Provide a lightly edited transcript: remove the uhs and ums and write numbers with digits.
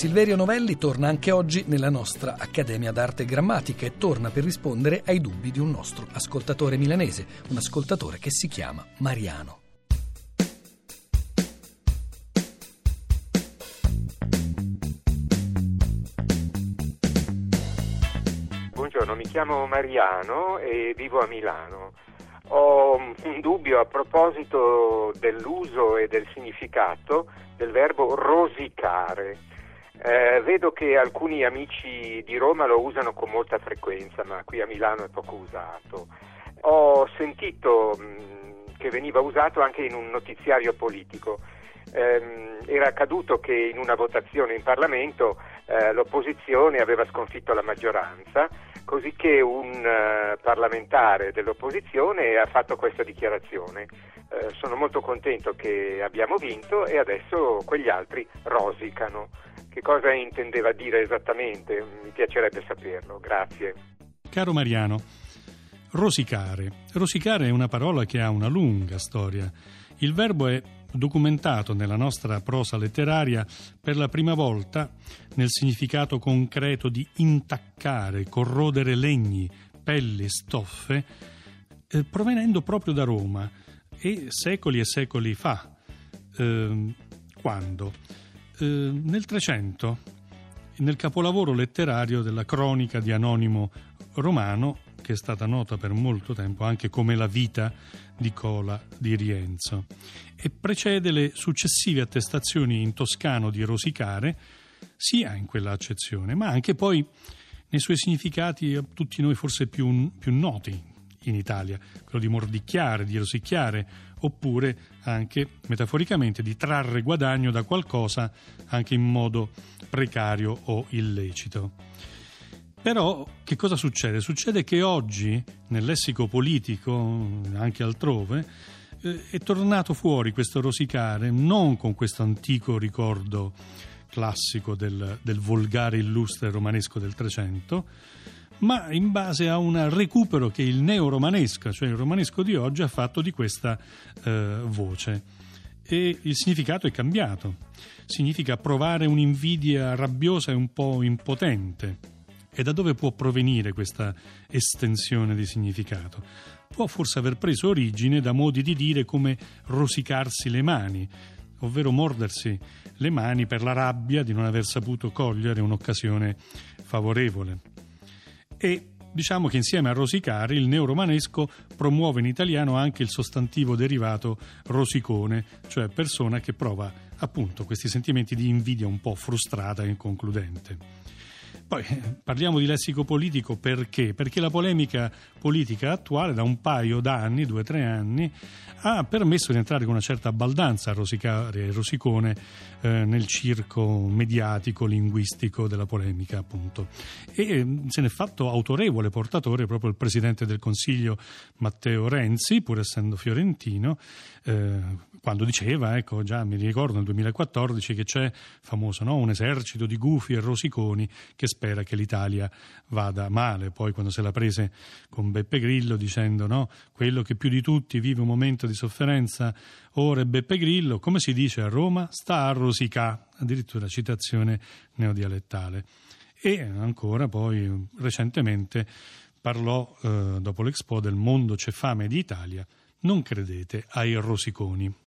Silverio Novelli torna anche oggi nella nostra Accademia d'Arte e Grammatica e torna per rispondere ai dubbi di un nostro ascoltatore milanese, un ascoltatore che si chiama Mariano. Buongiorno, mi chiamo Mariano e vivo a Milano. Ho un dubbio a proposito dell'uso e del significato del verbo rosicare. Vedo che alcuni amici di Roma lo usano con molta frequenza, ma qui a Milano è poco usato. Ho sentito che veniva usato anche in un notiziario politico. Era accaduto che in una votazione in Parlamento l'opposizione aveva sconfitto la maggioranza, così che un parlamentare dell'opposizione ha fatto questa dichiarazione. Sono molto contento che abbiamo vinto e adesso quegli altri rosicano. Che cosa intendeva dire esattamente? Mi piacerebbe saperlo, grazie. Caro Mariano, rosicare. Rosicare è una parola che ha una lunga storia. Il verbo è documentato nella nostra prosa letteraria per la prima volta nel significato concreto di intaccare, corrodere legni, pelli, stoffe, provenendo proprio da Roma e secoli fa. Quando? Nel 300, nel capolavoro letterario della cronica di Anonimo Romano, che è stata nota per molto tempo anche come la vita di Cola di Rienzo, e precede le successive attestazioni in toscano di rosicare, sia in quella accezione, ma anche poi nei suoi significati a tutti noi forse più noti in Italia, quello di mordicchiare, di rosicchiare, oppure anche metaforicamente di trarre guadagno da qualcosa anche in modo precario o illecito. Però che cosa succede? Succede che oggi nel lessico politico, anche altrove, è tornato fuori questo rosicare non con questo antico ricordo classico del volgare illustre romanesco del 300, ma in base a un recupero che il neoromanesco, cioè il romanesco di oggi, ha fatto di questa voce. E il significato è cambiato. Significa provare un'invidia rabbiosa e un po' impotente. E da dove può provenire questa estensione di significato? Può forse aver preso origine da modi di dire come rosicarsi le mani, ovvero mordersi le mani per la rabbia di non aver saputo cogliere un'occasione favorevole. E diciamo che insieme a rosicare il neoromanesco promuove in italiano anche il sostantivo derivato rosicone, cioè persona che prova appunto questi sentimenti di invidia un po' frustrata e inconcludente. Poi parliamo di lessico politico perché? Perché la polemica politica attuale da un paio d'anni, 2-3 anni, ha permesso di entrare con una certa baldanza a rosicare e rosicone nel circo mediatico, linguistico della polemica, appunto. E se ne è fatto autorevole portatore proprio il Presidente del Consiglio Matteo Renzi, pur essendo fiorentino, quando diceva, ecco, già mi ricordo nel 2014, che c'è famoso, no? Un esercito di gufi e rosiconi che spera che l'Italia vada male. Poi quando se la prese con Beppe Grillo dicendo, no, quello che più di tutti vive un momento di sofferenza ora è Beppe Grillo, come si dice a Roma, sta a rosicà, addirittura citazione neodialettale. E ancora poi recentemente parlò dopo l'Expo del mondo c'è fame di Italia, non credete ai rosiconi.